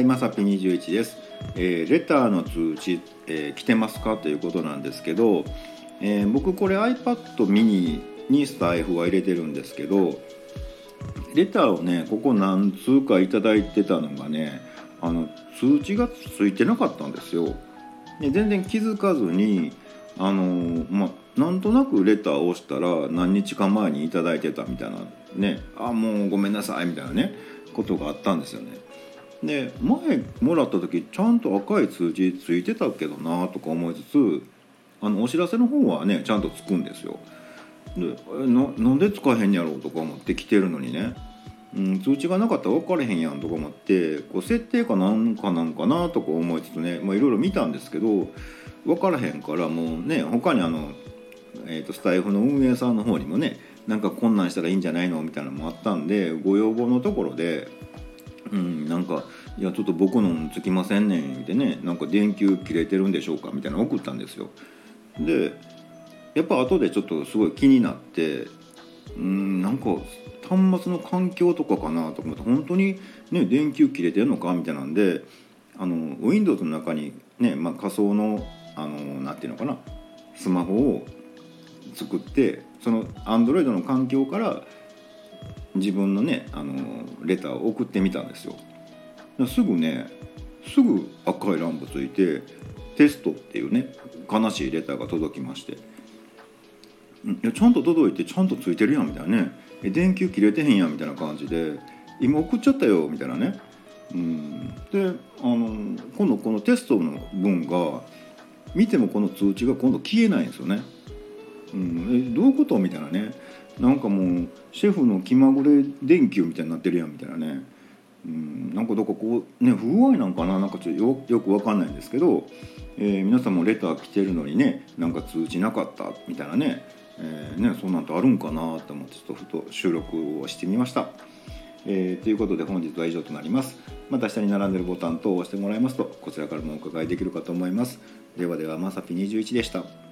まさぴ21です。レターの通知、来てますかということなんですけど、僕これ iPad mini にスタイフは入れてるんですけど、レターをねここ何通かいただいてたのがね、通知がついてなかったんですよ。で全然気づかずになんとなくレターを押したら何日か前にいただいてたみたいなね、もうごめんなさいみたいなねことがあったんですよね。で前もらった時ちゃんと赤い通知ついてたけどなとか思いつつ、お知らせの方はねちゃんとつくんですよ。でなんで使えへんやろうとか思って来てるのにね、通知がなかったら分かれへんやんとか思って、設定かなんかなとか思いつつね、いろいろ見たんですけど分からへんから、もうね他にスタイフの運営さんの方にもね、なんかこんなんしたらいいんじゃないのみたいなのもあったんで、ご要望のところでなんかいやちょっと僕のつきませんねんってね、なんか電球切れてるんでしょうかみたいなの送ったんですよ。でやっぱ後でちょっとすごい気になって、なんか端末の環境とかかなと思って、本当にね電球切れてるのかみたいなんで、Windows の中にね、仮想のなんていうのかな、スマホを作って、その Android の環境から自分のねレターを送ってみたんですよ。すぐ赤いランプついて、テストっていうね悲しいレターが届きまして、いやちゃんと届いてちゃんとついてるやんみたいなね、電球切れてへんやんみたいな感じで、今送っちゃったよみたいなね。で今度このテストの分が見てもこの通知が今度消えないんですよね。どういうことみたいなね、なんかもうシェフの気まぐれ電球みたいになってるやんみたいなね。なんかどっかこうね不具合なんかな、なんかちょっとよく分かんないんですけど、皆さんもレター来てるのにねなんか通知なかったみたいなね、そうなんてあるんかなと思ってちょっとふと収録をしてみました。ということで本日は以上となります。また下に並んでるボタン等を押してもらいますとこちらからもお伺いできるかと思います。ではではまさぴ21でした。